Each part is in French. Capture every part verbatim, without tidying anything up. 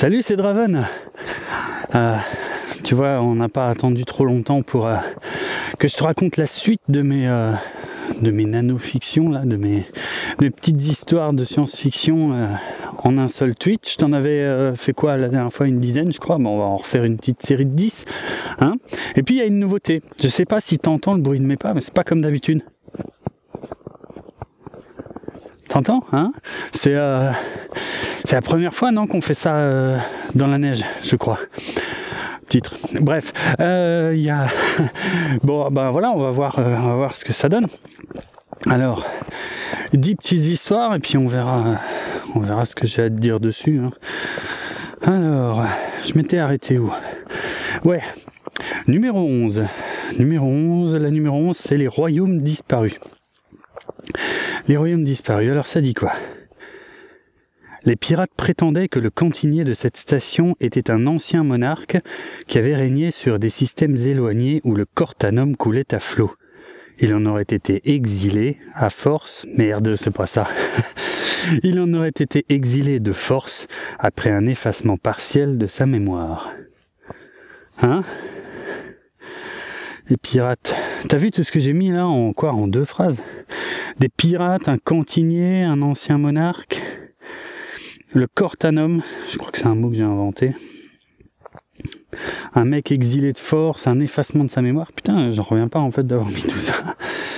Salut, c'est Draven. Euh, tu vois, on n'a pas attendu trop longtemps pour euh, que je te raconte la suite de mes, euh, de mes nanofictions, là, de mes, de mes petites histoires de science-fiction euh, en un seul tweet. Je t'en avais euh, fait quoi la dernière fois, une dizaine, je crois. Bon, on va en refaire une petite série de dix. Hein. Et puis, il y a une nouveauté. Je sais pas si tu entends le bruit de mes pas, mais c'est pas comme d'habitude. T'entends, hein? C'est euh, c'est la première fois, non, qu'on fait ça euh, dans la neige, je crois. Titre. Bref, il euh, y a bon, ben voilà, on va voir, euh, on va voir ce que ça donne. Alors, dix petites histoires et puis on verra, euh, on verra ce que j'ai à te dire dessus. Hein. Alors, je m'étais arrêté où? Ouais, numéro onze. Numéro onze. La numéro onze, c'est les royaumes disparus. Les royaumes disparus, alors ça dit quoi? Les pirates prétendaient que le cantinier de cette station était un ancien monarque qui avait régné sur des systèmes éloignés où le Cortanum coulait à flot. Il en aurait été exilé à force... Merde, c'est pas ça. Il en aurait été exilé de force après un effacement partiel de sa mémoire. Hein? Les pirates. T'as vu tout ce que j'ai mis là en quoi? En deux phrases. Des pirates, un cantinier, un ancien monarque. Le Cortanum, je crois que c'est un mot que j'ai inventé. Un mec exilé de force, un effacement de sa mémoire. Putain, j'en reviens pas en fait d'avoir mis tout ça.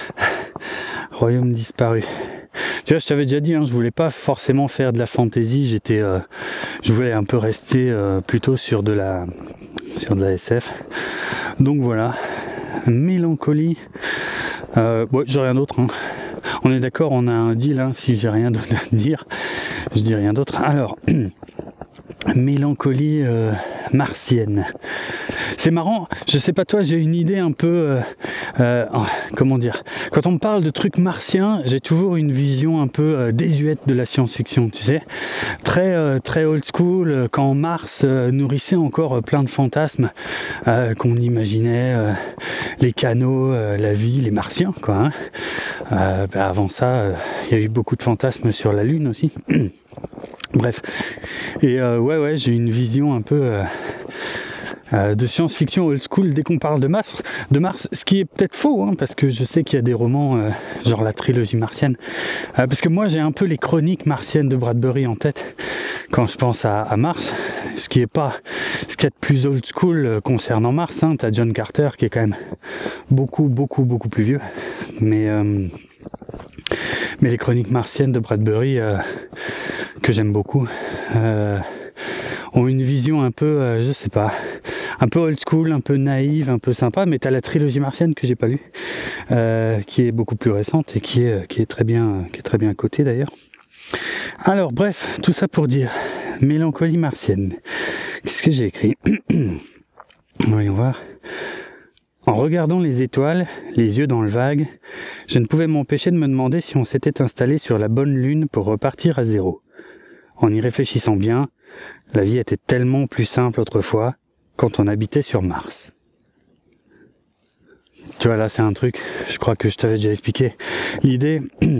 Royaume disparu. Tu vois, je t'avais déjà dit, hein, je voulais pas forcément faire de la fantasy. J'étais, euh, je voulais un peu rester euh, plutôt sur de la, sur de la S F. Donc voilà. Mélancolie. Euh, bon, j'ai rien d'autre. Hein. On est d'accord, on a un deal. Hein, si j'ai rien d'autre à dire, je dis rien d'autre. Alors, mélancolie euh, martienne. C'est marrant. Je sais pas toi, j'ai une idée un peu. Euh, euh, comment dire? Quand on me parle de trucs martiens, j'ai toujours une vision un peu euh, désuète de la science-fiction. Tu sais, très euh, très old school. Euh, quand Mars euh, nourrissait encore euh, plein de fantasmes euh, qu'on imaginait, euh, les canaux, euh, la vie, les martiens, quoi. Hein. Euh, bah, avant ça, il euh, y a eu beaucoup de fantasmes sur la Lune aussi. Bref, et euh, ouais ouais j'ai une vision un peu euh, euh, de science-fiction old school dès qu'on parle de Mars, de Mars, ce qui est peut-être faux, hein, parce que je sais qu'il y a des romans, euh, genre la trilogie martienne, euh, parce que moi j'ai un peu les chroniques martiennes de Bradbury en tête quand je pense à, à Mars, ce qui est pas ce qu'il y a de plus old school euh, concernant Mars, hein. T'as John Carter qui est quand même beaucoup beaucoup beaucoup plus vieux, mais euh, mais les chroniques martiennes de Bradbury euh, que j'aime beaucoup euh, ont une vision un peu, euh, je sais pas, un peu old school, un peu naïve, un peu sympa, mais t'as la trilogie martienne que j'ai pas lue, euh, qui est beaucoup plus récente et qui est, qui est très bien, qui est très bien cotée d'ailleurs. Alors bref, tout ça pour dire, mélancolie martienne. Qu'est-ce que j'ai écrit? Voyons voir. En regardant les étoiles, les yeux dans le vague, je ne pouvais m'empêcher de me demander si on s'était installé sur la bonne lune pour repartir à zéro. En y réfléchissant bien, la vie était tellement plus simple autrefois quand on habitait sur Mars. Tu vois, là c'est un truc, je crois que je t'avais déjà expliqué. L'idée...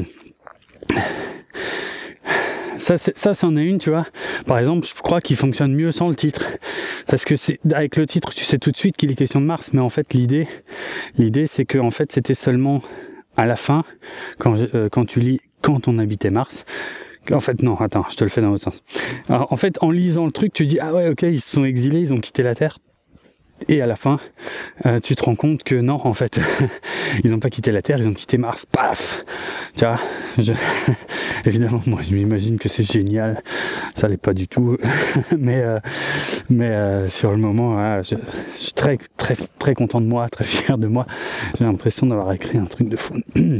Ça, c'est, ça, c'en est une, tu vois. Par exemple, je crois qu'il fonctionne mieux sans le titre. Parce que c'est, avec le titre, tu sais tout de suite qu'il est question de Mars. Mais en fait, l'idée, l'idée, c'est que, en fait, c'était seulement à la fin, quand, je, euh, quand tu lis quand on habitait Mars. En fait, non, attends, je te le fais dans l'autre sens. Alors, en fait, en lisant le truc, tu dis, ah ouais, ok, ils se sont exilés, ils ont quitté la Terre. Et à la fin, euh, tu te rends compte que non, en fait, ils n'ont pas quitté la Terre, ils ont quitté Mars. Paf! Tu vois, je... évidemment, moi, je m'imagine que c'est génial. Ça l'est pas du tout. mais euh, mais euh, sur le moment, ouais, je, je suis très, très, très content de moi, très fier de moi. J'ai l'impression d'avoir écrit un truc de fou.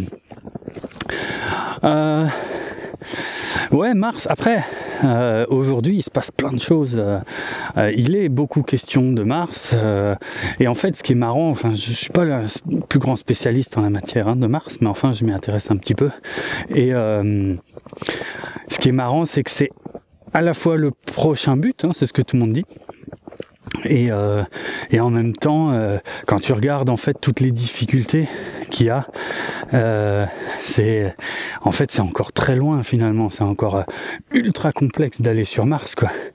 euh... Ouais, Mars, après, euh, aujourd'hui, il se passe plein de choses. Euh, euh, il est beaucoup question de Mars. Euh, et en fait, ce qui est marrant, enfin, je suis pas le plus grand spécialiste en la matière hein, de Mars, mais enfin, je m'y intéresse un petit peu. Et euh, ce qui est marrant, c'est que c'est à la fois le prochain but, hein, c'est ce que tout le monde dit. Et, euh, et en même temps, euh, quand tu regardes en fait toutes les difficultés qu'il y a, euh, c'est en fait c'est encore très loin finalement, c'est encore euh, ultra complexe d'aller sur Mars quoi.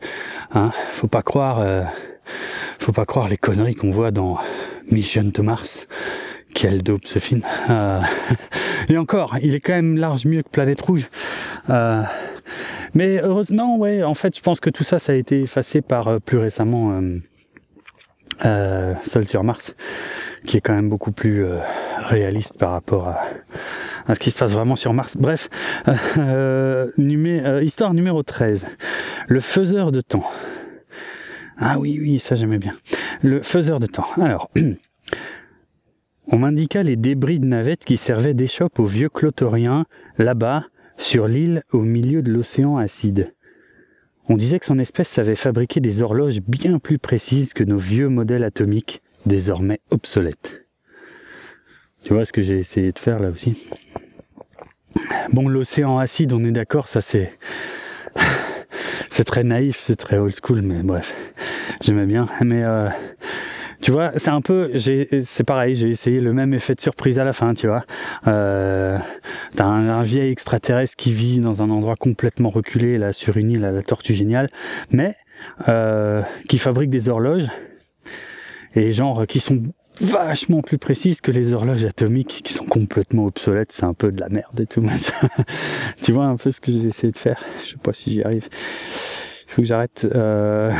Hein, faut pas croire, euh, faut pas croire les conneries qu'on voit dans Mission to Mars. Quel dope ce film. Euh, et encore, il est quand même large mieux que Planète Rouge. Euh, mais heureusement, ouais, en fait, je pense que tout ça, ça a été effacé par euh, plus récemment euh, euh, Seul sur Mars, qui est quand même beaucoup plus euh, réaliste par rapport à, à ce qui se passe vraiment sur Mars. Bref, euh, numé, euh, histoire numéro treize. Le faiseur de temps. Ah oui, oui, ça j'aimais bien. Le faiseur de temps. Alors... On m'indiqua les débris de navettes qui servaient d'échoppe aux vieux clotoriens, là-bas, sur l'île au milieu de l'océan acide. On disait que son espèce savait fabriquer des horloges bien plus précises que nos vieux modèles atomiques, désormais obsolètes. Tu vois ce que j'ai essayé de faire là aussi ? Bon, l'océan acide, on est d'accord, ça c'est... c'est très naïf, c'est très old school, mais bref, j'aimais bien. Mais... Euh... Tu vois, c'est un peu, j'ai, c'est pareil, j'ai essayé le même effet de surprise à la fin, tu vois. Euh, t'as un, un vieil extraterrestre qui vit dans un endroit complètement reculé, là, sur une île à la Tortue Géniale, mais euh, qui fabrique des horloges, et genre, qui sont vachement plus précises que les horloges atomiques, qui sont complètement obsolètes, c'est un peu de la merde et tout. Tu vois un peu ce que j'ai essayé de faire, je sais pas si j'y arrive. Il faut que j'arrête... Euh...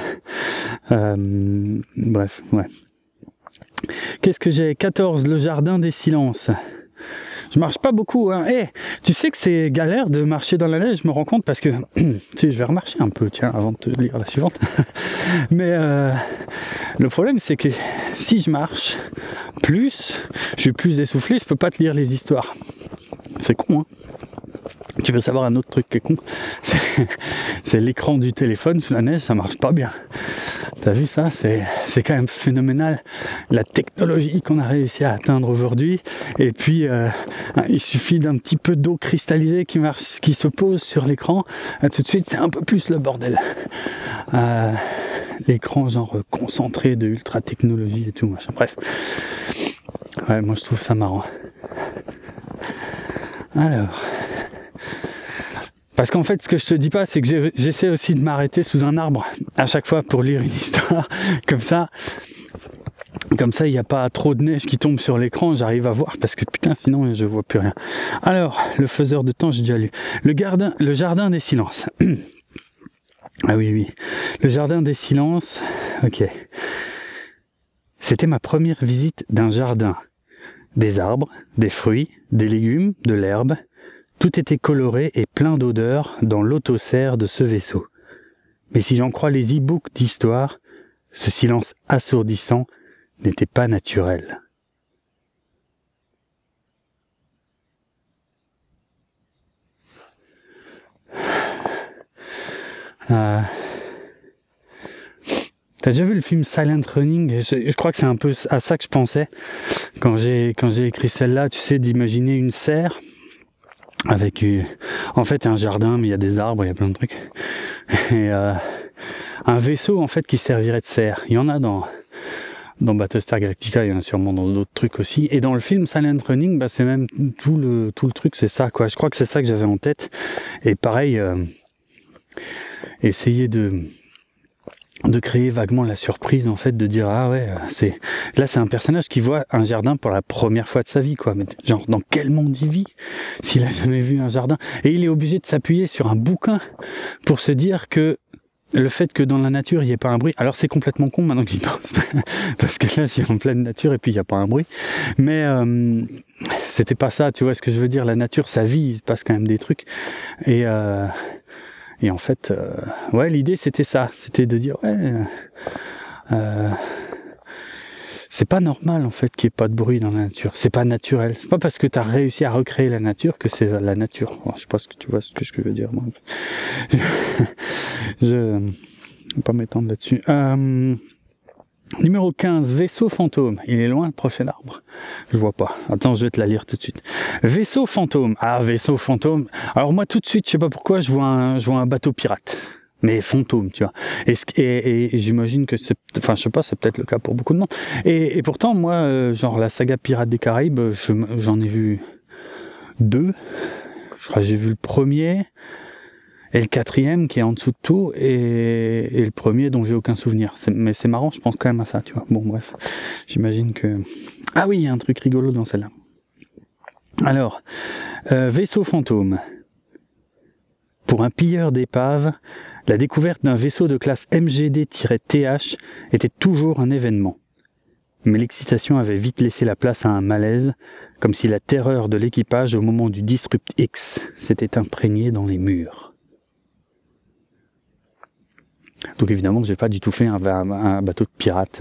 Euh, bref, ouais. Qu'est-ce que j'ai ? quatorze, le jardin des silences. Je marche pas beaucoup, hein. Eh, tu sais que c'est galère de marcher dans la neige, je me rends compte, parce que... tu sais, je vais remarcher un peu, tiens, avant de te lire la suivante. Mais euh, le problème, c'est que si je marche plus, je suis plus essoufflé, je peux pas te lire les histoires. C'est con, hein. Tu veux savoir un autre truc qui est con ? C'est, c'est l'écran du téléphone sous la neige, ça marche pas bien. T'as vu ça ? C'est, c'est quand même phénoménal. La technologie qu'on a réussi à atteindre aujourd'hui. Et puis, euh, il suffit d'un petit peu d'eau cristallisée qui marche, qui se pose sur l'écran. Et tout de suite, c'est un peu plus le bordel. Euh, l'écran genre concentré de ultra technologie et tout, machin. Bref. Ouais, moi je trouve ça marrant. Alors... Parce qu'en fait, ce que je te dis pas, c'est que j'essaie aussi de m'arrêter sous un arbre à chaque fois pour lire une histoire. Comme ça, comme ça, il n'y a pas trop de neige qui tombe sur l'écran, j'arrive à voir, parce que putain, sinon, je vois plus rien. Alors, le faiseur de temps, j'ai déjà lu. Le, gardin, le jardin des silences. Ah oui, oui. Le jardin des silences, ok. C'était ma première visite d'un jardin. Des arbres, des fruits, des légumes, de l'herbe... Tout était coloré et plein d'odeurs dans l'autosphère de ce vaisseau. Mais si j'en crois les e-books d'histoire, ce silence assourdissant n'était pas naturel. Euh... T'as déjà vu le film Silent Running ? je, je crois que c'est un peu à ça que je pensais quand j'ai, quand j'ai écrit celle-là, tu sais, d'imaginer une serre avec euh, en fait un jardin, mais il y a des arbres, il y a plein de trucs, et euh, un vaisseau en fait qui servirait de serre. Il y en a dans dans Battlestar Galactica, il y en a sûrement dans d'autres trucs aussi, et dans le film Silent Running, bah c'est même tout le tout le truc, c'est ça quoi. Je crois que c'est ça que j'avais en tête. Et pareil, euh, essayer de de créer vaguement la surprise en fait, de dire ah ouais, c'est là c'est un personnage qui voit un jardin pour la première fois de sa vie quoi, mais genre dans quel monde il vit s'il a jamais vu un jardin, et il est obligé de s'appuyer sur un bouquin pour se dire que le fait que dans la nature il n'y ait pas un bruit, alors c'est complètement con maintenant que j'y pense parce que là je suis en pleine nature et puis il n'y a pas un bruit, mais euh, c'était pas ça, tu vois ce que je veux dire, la nature, sa vie, il se passe quand même des trucs, et euh, Et en fait, euh, ouais, l'idée c'était ça, c'était de dire, ouais, euh, c'est pas normal en fait qu'il n'y ait pas de bruit dans la nature, c'est pas naturel, c'est pas parce que tu as réussi à recréer la nature que c'est la nature. Bon, je sais pas ce que tu vois ce que je veux dire, moi. Je vais pas m'étendre là-dessus. Euh, Numéro quinze, vaisseau fantôme. Il est loin le prochain arbre. Je vois pas. Attends, je vais te la lire tout de suite. Vaisseau fantôme. Ah, vaisseau fantôme. Alors moi, tout de suite, je sais pas pourquoi, je vois un, je vois un bateau pirate. Mais fantôme, tu vois. Et, et, et j'imagine que c'est... Enfin, je sais pas, c'est peut-être le cas pour beaucoup de monde. Et, et pourtant, moi, euh, genre la saga Pirates des Caraïbes, je, j'en ai vu deux. Je crois que j'ai vu le premier... et le quatrième qui est en dessous de tout, et, et le premier dont j'ai aucun souvenir. C'est, mais c'est marrant, je pense quand même à ça, tu vois. Bon, bref, j'imagine que... Ah oui, il y a un truc rigolo dans celle-là. Alors, euh, vaisseau fantôme. Pour un pilleur d'épave, la découverte d'un vaisseau de classe M G D T H était toujours un événement. Mais l'excitation avait vite laissé la place à un malaise, comme si la terreur de l'équipage au moment du Disrupt X s'était imprégnée dans les murs. Donc évidemment, j'ai pas du tout fait un, un bateau de pirate.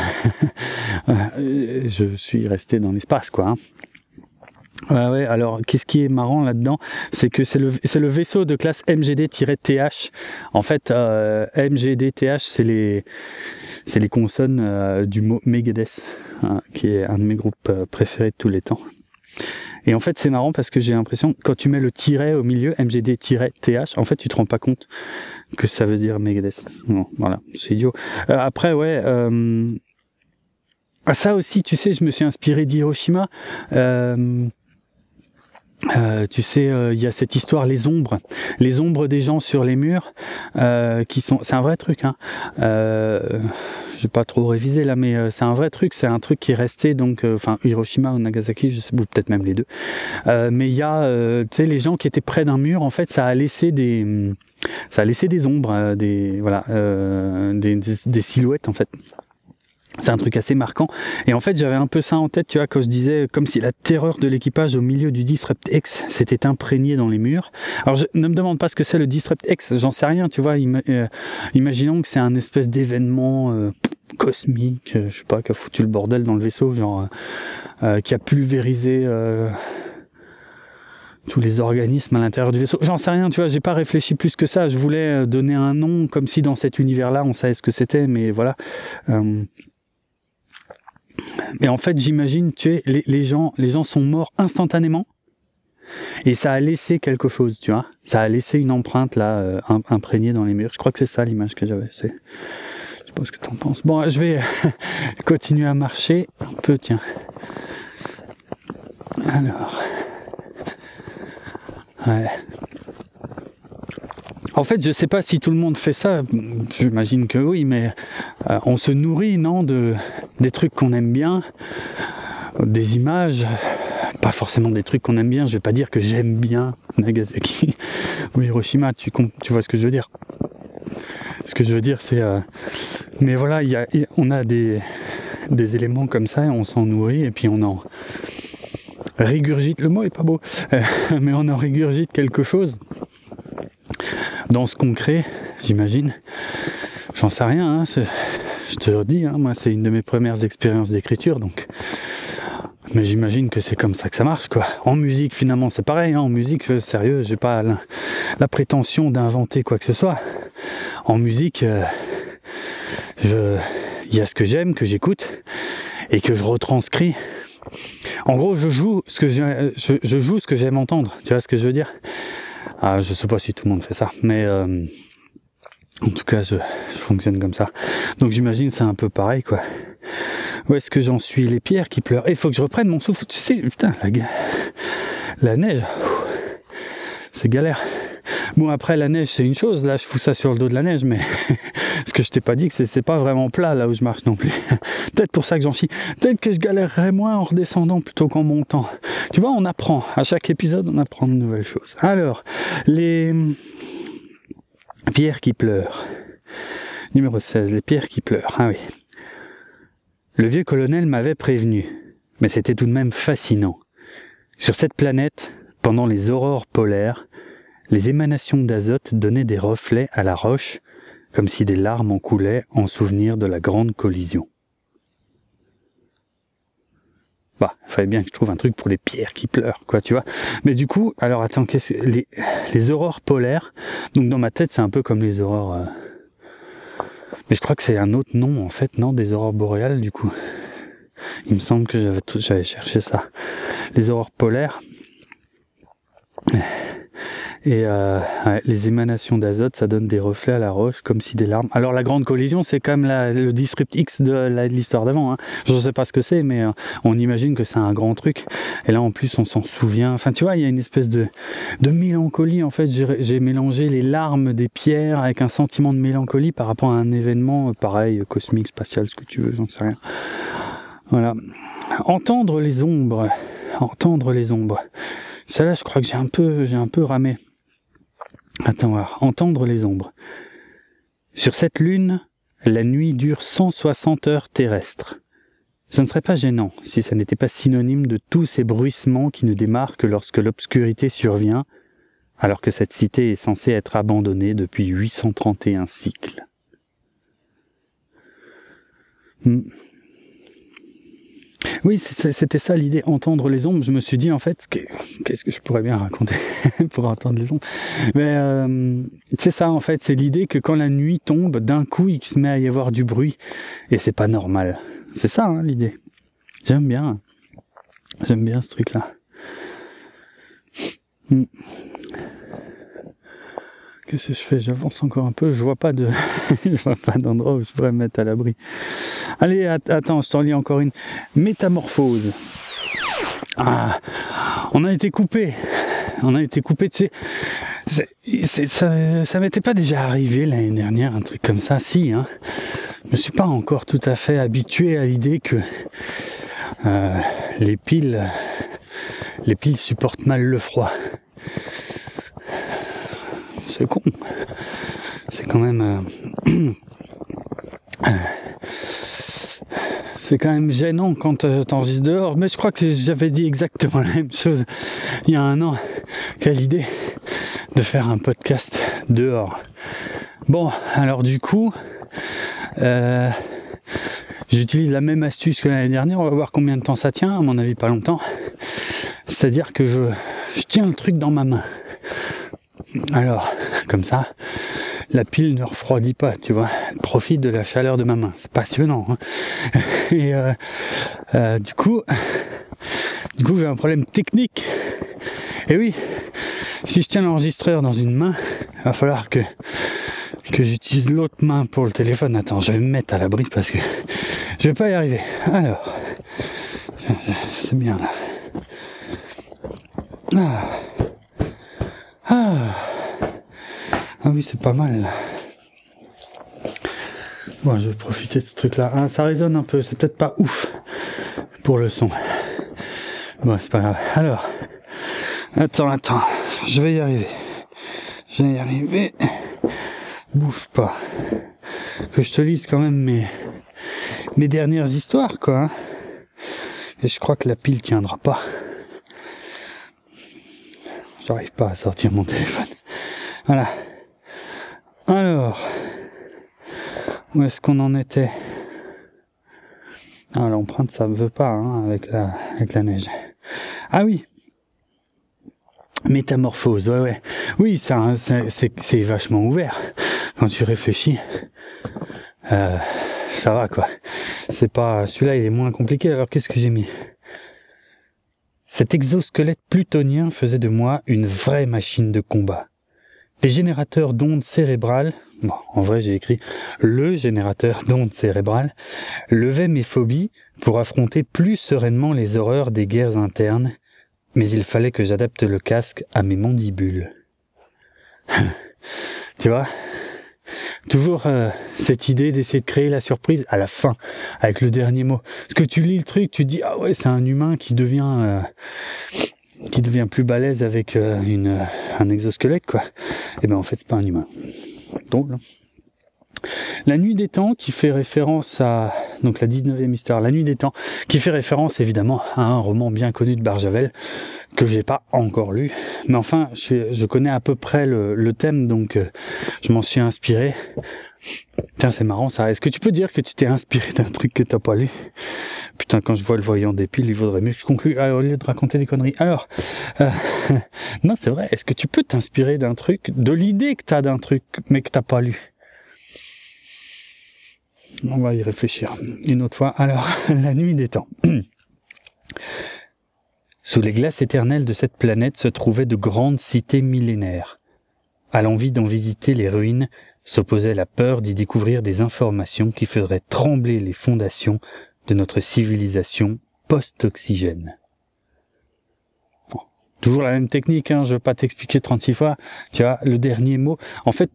Je suis resté dans l'espace, quoi. Hein. Ouais, ouais, alors qu'est-ce qui est marrant là-dedans, c'est que c'est le, c'est le vaisseau de classe M G D T H. En fait, euh, M G D T H, c'est les, c'est les consonnes euh, du mot Megadeth, hein, qui est un de mes groupes euh, préférés de tous les temps. Et en fait, c'est marrant parce que j'ai l'impression, quand tu mets le tiret au milieu, M G D T H, en fait, tu te rends pas compte que ça veut dire Megadeth. Bon, voilà, c'est idiot. Euh, après, ouais... Euh, ça aussi, tu sais, je me suis inspiré d'Hiroshima. Euh, Euh, tu sais, il euh, y a cette histoire, les ombres, les ombres des gens sur les murs, euh, qui sont, c'est un vrai truc, hein. Euh, j'ai pas trop révisé là, mais euh, c'est un vrai truc, c'est un truc qui est resté donc, enfin euh, Hiroshima ou Nagasaki, je sais, ou peut-être même les deux. Euh, mais il y a, euh, tu sais, les gens qui étaient près d'un mur, en fait, ça a laissé des, ça a laissé des ombres, euh, des, voilà, euh, des, des, des silhouettes en fait. C'est un truc assez marquant. Et en fait, j'avais un peu ça en tête, tu vois, quand je disais comme si la terreur de l'équipage au milieu du Disrupt X s'était imprégnée dans les murs. Alors, je, ne me demande pas ce que c'est le Disrupt X, j'en sais rien, tu vois. Ima, euh, imaginons que c'est un espèce d'événement euh, cosmique, euh, je sais pas, qui a foutu le bordel dans le vaisseau, genre, euh, qui a pulvérisé... Euh, tous les organismes à l'intérieur du vaisseau. J'en sais rien, tu vois, j'ai pas réfléchi plus que ça. Je voulais donner un nom, comme si dans cet univers-là, on savait ce que c'était, mais voilà. Euh, Mais en fait, j'imagine, tu sais, les, les gens, les gens sont morts instantanément, et ça a laissé quelque chose, tu vois. Ça a laissé une empreinte là, euh, imprégnée dans les murs. Je crois que c'est ça l'image que j'avais. C'est... Je sais pas ce que t'en penses. Bon, je vais continuer à marcher un peu, tiens. Alors, ouais. En fait, je sais pas si tout le monde fait ça, j'imagine que oui, mais euh, on se nourrit, non, de, des trucs qu'on aime bien, des images, pas forcément des trucs qu'on aime bien, je vais pas dire que j'aime bien Nagasaki ou Hiroshima, tu, tu vois ce que je veux dire. Ce que je veux dire, c'est... Euh, mais voilà, y a, y, on a des, des éléments comme ça, et on s'en nourrit, et puis on en régurgite, le mot est pas beau, euh, mais on en régurgite quelque chose. Dans ce concret, j'imagine, j'en sais rien, hein, je te le dis, hein, moi c'est une de mes premières expériences d'écriture, donc, mais j'imagine que c'est comme ça que ça marche, quoi. En musique, finalement, c'est pareil, hein, en musique, sérieux, j'ai pas la, la prétention d'inventer quoi que ce soit. En musique, euh, je, il y a ce que j'aime, que j'écoute, et que je retranscris. En gros, je joue ce que je, je, je joue ce que j'aime entendre, tu vois ce que je veux dire? Ah, je sais pas si tout le monde fait ça, mais euh, en tout cas, je, je fonctionne comme ça. Donc j'imagine c'est un peu pareil, quoi. Où est-ce que j'en suis? Les pierres qui pleurent. Il faut que je reprenne mon souffle. Tu sais, putain, la, la neige, c'est galère. Bon, après, la neige, c'est une chose. Là, je fous ça sur le dos de la neige, mais ce que je t'ai pas dit, que c'est, c'est pas vraiment plat là où je marche non plus. Peut-être pour ça que j'en chie. Peut-être que je galérerais moins en redescendant plutôt qu'en montant. Tu vois, on apprend. À chaque épisode, on apprend de nouvelles choses. Alors, les pierres qui pleurent. Numéro seize, les pierres qui pleurent. Ah oui. Le vieux colonel m'avait prévenu, mais c'était tout de même fascinant. Sur cette planète, pendant les aurores polaires, les émanations d'azote donnaient des reflets à la roche, comme si des larmes en coulaient en souvenir de la grande collision. Bah, il fallait bien que je trouve un truc pour les pierres qui pleurent, quoi, tu vois. Mais du coup, alors attends, qu'est-ce que... Les, les aurores polaires, donc dans ma tête, c'est un peu comme les aurores... Euh... Mais je crois que c'est un autre nom, en fait, non, des aurores boréales, du coup. Il me semble que j'avais, j'avais cherché ça. Les aurores polaires... Et euh, ouais, les émanations d'azote, ça donne des reflets à la roche, comme si des larmes... Alors la grande collision, c'est quand même la, le Disrupt X de, la, de l'histoire d'avant. Hein. Je ne sais pas ce que c'est, mais euh, on imagine que c'est un grand truc. Et là, en plus, on s'en souvient. Enfin, tu vois, il y a une espèce de, de mélancolie. En fait, j'ai, j'ai mélangé les larmes des pierres avec un sentiment de mélancolie par rapport à un événement, pareil, cosmique, spatial, ce que tu veux, j'en sais rien. Voilà. Entendre les ombres. Entendre les ombres. Celle-là, je crois que j'ai un peu, j'ai un peu ramé. Attends, voir. Entendre les ombres. Sur cette lune, la nuit dure cent soixante heures terrestres. Ce ne serait pas gênant si ça n'était pas synonyme de tous ces bruissements qui nous démarquent lorsque l'obscurité survient, alors que cette cité est censée être abandonnée depuis huit cent trente et un cycles. Hmm. Oui, c'était ça l'idée, entendre les ombres. Je me suis dit, en fait, qu'est-ce que je pourrais bien raconter pour entendre les ombres. Mais euh, c'est ça, en fait, c'est l'idée que quand la nuit tombe, d'un coup, il se met à y avoir du bruit. Et c'est pas normal. C'est ça, hein, l'idée. J'aime bien. J'aime bien ce truc-là. Hmm. Qu'est-ce que je fais? J'avance encore un peu, je vois pas de, je vois pas d'endroit où je pourrais me mettre à l'abri. Allez, att- attends, je t'en lis encore une. Métamorphose. Ah, on a été coupé. On a été coupé, tu sais. C'est, c'est, ça, ça m'était pas déjà arrivé l'année dernière, un truc comme ça, si, hein. Je me suis pas encore tout à fait habitué à l'idée que euh, les piles, les piles supportent mal le froid. C'est con. C'est quand même... Euh, c'est quand même gênant quand euh, t'enregistres dehors. Mais je crois que j'avais dit exactement la même chose il y a un an. Quelle idée de faire un podcast dehors. Bon, alors du coup... Euh, j'utilise la même astuce que l'année dernière. On va voir combien de temps ça tient. À mon avis, pas longtemps. C'est-à-dire que je, je tiens le truc dans ma main. Alors, comme ça, la pile ne refroidit pas, tu vois. Elle profite de la chaleur de ma main. C'est passionnant. Hein. Et euh, euh, du coup, du coup, j'ai un problème technique. Et oui, si je tiens l'enregistreur dans une main, il va falloir que que j'utilise l'autre main pour le téléphone. Attends, je vais me mettre à l'abri parce que je vais pas y arriver. Alors, c'est bien là. Ah. Ah, ah oui, c'est pas mal. Bon, je vais profiter de ce truc-là. Ah, ça résonne un peu, c'est peut-être pas ouf pour le son. Bon, c'est pas grave. Alors, attends, attends, je vais y arriver. Je vais y arriver. Bouge pas. Que je te lise quand même mes, mes dernières histoires, quoi. Hein. Et je crois que la pile tiendra pas. J'arrive pas à sortir mon téléphone. Voilà. Alors, où est-ce qu'on en était? Ah, l'empreinte, ça ne veut pas, hein, avec la, avec la neige. Ah oui. Métamorphose, ouais, ouais. Oui, ça, c'est, c'est, c'est vachement ouvert. Quand tu réfléchis, euh, ça va, quoi. C'est pas, celui-là, il est moins compliqué. Alors, qu'est-ce que j'ai mis? Cet exosquelette plutonien faisait de moi une vraie machine de combat. Les générateurs d'ondes cérébrales, bon, en vrai j'ai écrit le générateur d'ondes cérébrales, levaient mes phobies pour affronter plus sereinement les horreurs des guerres internes, mais il fallait que j'adapte le casque à mes mandibules. Tu vois ? Toujours euh, cette idée d'essayer de créer la surprise à la fin, avec le dernier mot. Parce que tu lis le truc, tu te dis, ah ouais, c'est un humain qui devient euh, qui devient plus balèze avec euh, une, euh, un exosquelette, quoi. Et ben en fait, c'est pas un humain. Donc, hein. La Nuit des Temps, qui fait référence à... Donc la dix-neuvième histoire, La Nuit des Temps, qui fait référence évidemment à un roman bien connu de Barjavel, que j'ai pas encore lu. Mais enfin, je, je connais à peu près le, le thème, donc euh, je m'en suis inspiré. Tiens, c'est marrant ça. Est-ce que tu peux dire que tu t'es inspiré d'un truc que t'as pas lu? Putain, quand je vois le voyant des piles, il vaudrait mieux que je conclue ah, au lieu de raconter des conneries. Alors, euh, non, c'est vrai. Est-ce que tu peux t'inspirer d'un truc, de l'idée que t'as d'un truc, mais que t'as pas lu? On va y réfléchir une autre fois. Alors, La Nuit des Temps. Sous les glaces éternelles de cette planète se trouvaient de grandes cités millénaires. à l'envie d'en visiter les ruines, s'opposait la peur d'y découvrir des informations qui feraient trembler les fondations de notre civilisation post-oxygène. Bon, toujours la même technique, hein, je ne vais pas t'expliquer trente-six fois. Tu vois, le dernier mot, en fait,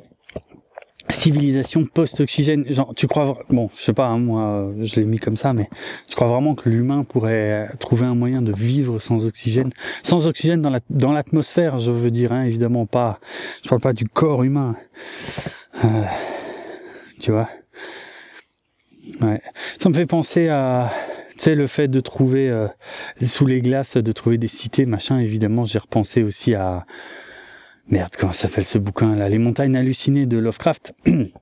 civilisation post-oxygène, genre, tu crois, bon, je sais pas, hein, moi, je l'ai mis comme ça, mais tu crois vraiment que l'humain pourrait trouver un moyen de vivre sans oxygène, sans oxygène dans la, dans l'atmosphère, je veux dire, hein, évidemment pas, je parle pas du corps humain, euh, tu vois, ouais, ça me fait penser à, tu sais, le fait de trouver, euh, sous les glaces, de trouver des cités, machin, évidemment, j'ai repensé aussi à, merde, comment s'appelle ce bouquin là, Les montagnes hallucinées de Lovecraft,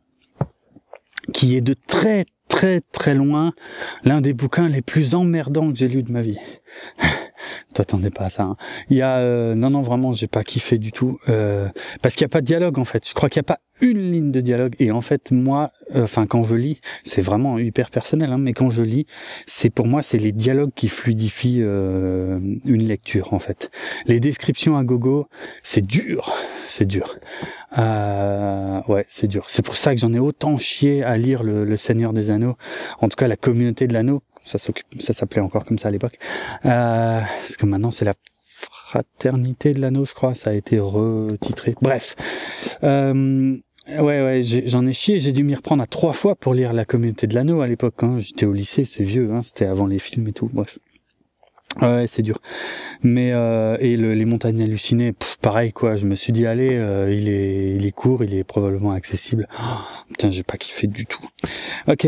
qui est de très très très loin l'un des bouquins les plus emmerdants que j'ai lu de ma vie. T'attendais pas à ça, hein. Il y a euh, non non vraiment j'ai pas kiffé du tout euh, parce qu'il y a pas de dialogue en fait. Je crois qu'il y a pas une ligne de dialogue et en fait moi enfin euh, quand je lis, c'est vraiment hyper personnel hein, mais quand je lis, c'est pour moi c'est les dialogues qui fluidifient euh, une lecture en fait. Les descriptions à gogo, c'est dur, c'est dur. Euh, ouais, c'est dur. C'est pour ça que j'en ai autant chié à lire le, le Seigneur des Anneaux, en tout cas la communauté de l'anneau. Ça, ça s'appelait encore comme ça à l'époque. Euh, parce que maintenant, c'est la fraternité de l'anneau, je crois. Ça a été retitré. Bref. Euh, ouais, ouais, j'en ai, ai chié. J'ai dû m'y reprendre à trois fois pour lire la communauté de l'anneau à l'époque. Hein. J'étais au lycée, c'est vieux. Hein. C'était avant les films et tout. Bref. Ouais, c'est dur. Mais euh, et le, les montagnes hallucinées, pff, pareil quoi. Je me suis dit allez, euh, il est, il est court, il est probablement accessible. Oh, putain, j'ai pas kiffé du tout. Ok.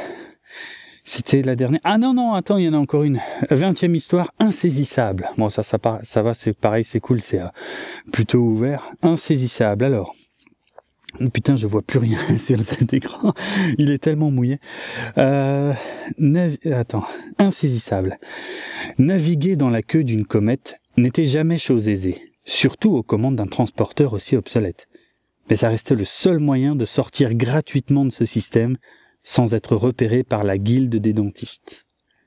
C'était la dernière. Ah non, non, attends, il y en a encore une. Vingtième histoire, insaisissable. Bon, ça, ça, ça va, c'est pareil, c'est cool, c'est euh, plutôt ouvert. Insaisissable, alors. Putain, je vois plus rien sur cet écran. Il est tellement mouillé. Euh, nav... Attends, insaisissable. Naviguer dans la queue d'une comète n'était jamais chose aisée, surtout aux commandes d'un transporteur aussi obsolète. Mais ça restait le seul moyen de sortir gratuitement de ce système, sans être repéré par la guilde des dentistes.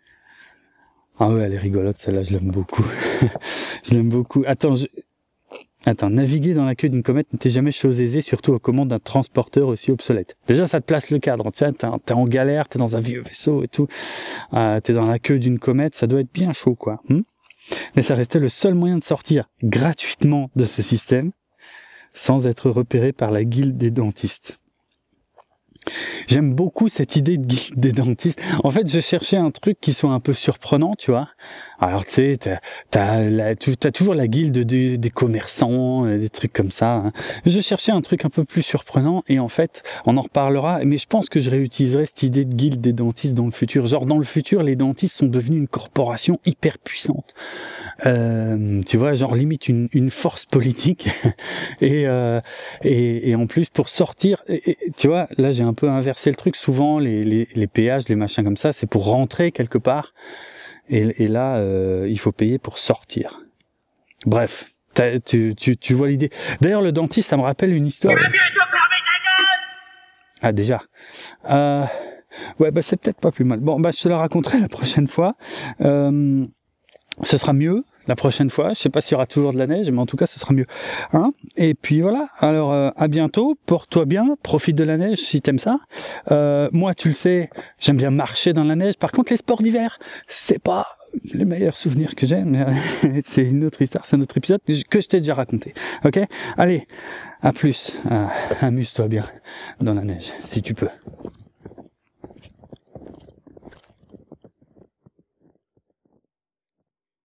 Ah ouais, elle est rigolote, celle-là, je l'aime beaucoup. Je l'aime beaucoup. Attends, je... Attends, naviguer dans la queue d'une comète n'était jamais chose aisée, surtout aux commandes d'un transporteur aussi obsolète. Déjà, ça te place le cadre, tu sais, t'es, t'es en galère, t'es dans un vieux vaisseau et tout, euh, t'es dans la queue d'une comète, ça doit être bien chaud, quoi. Hm Mais ça restait le seul moyen de sortir gratuitement de ce système, sans être repéré par la guilde des dentistes. J'aime beaucoup cette idée de guilde des dentistes. En fait, je cherchais un truc qui soit un peu surprenant, tu vois. Alors, tu sais, t'as, t'as, la, t'as toujours la guilde des, des commerçants, des trucs comme ça. Hein. Je cherchais un truc un peu plus surprenant et en fait, on en reparlera. Mais je pense que je réutiliserai cette idée de guilde des dentistes dans le futur. Genre, dans le futur, les dentistes sont devenus une corporation hyper puissante. Euh, tu vois, genre limite une, une force politique. et, euh, et, et en plus, pour sortir, et, et, tu vois, là, j'ai un peu inversé le truc. Souvent, les, les, les péages, les machins comme ça, c'est pour rentrer quelque part. Et, et là, euh, il faut payer pour sortir. Bref, tu, tu, tu vois l'idée. D'ailleurs, le dentiste, ça me rappelle une histoire. Tu vas bientôt fermer ta gueule ! Ah, déjà. Euh, ouais, bah c'est peut-être pas plus mal. Bon, bah je te la raconterai la prochaine fois. Euh, ce sera mieux la prochaine fois. Je sais pas s'il y aura toujours de la neige, mais en tout cas, ce sera mieux. Hein ? Et puis voilà. Alors, euh, à bientôt. Porte-toi bien. Profite de la neige si t'aimes ça. Euh, moi, tu le sais, j'aime bien marcher dans la neige. Par contre, les sports d'hiver, c'est pas les meilleurs souvenirs que j'ai. Mais c'est une autre histoire, c'est un autre épisode que je t'ai déjà raconté. Ok ? Allez, à plus. Euh, amuse-toi bien dans la neige, si tu peux.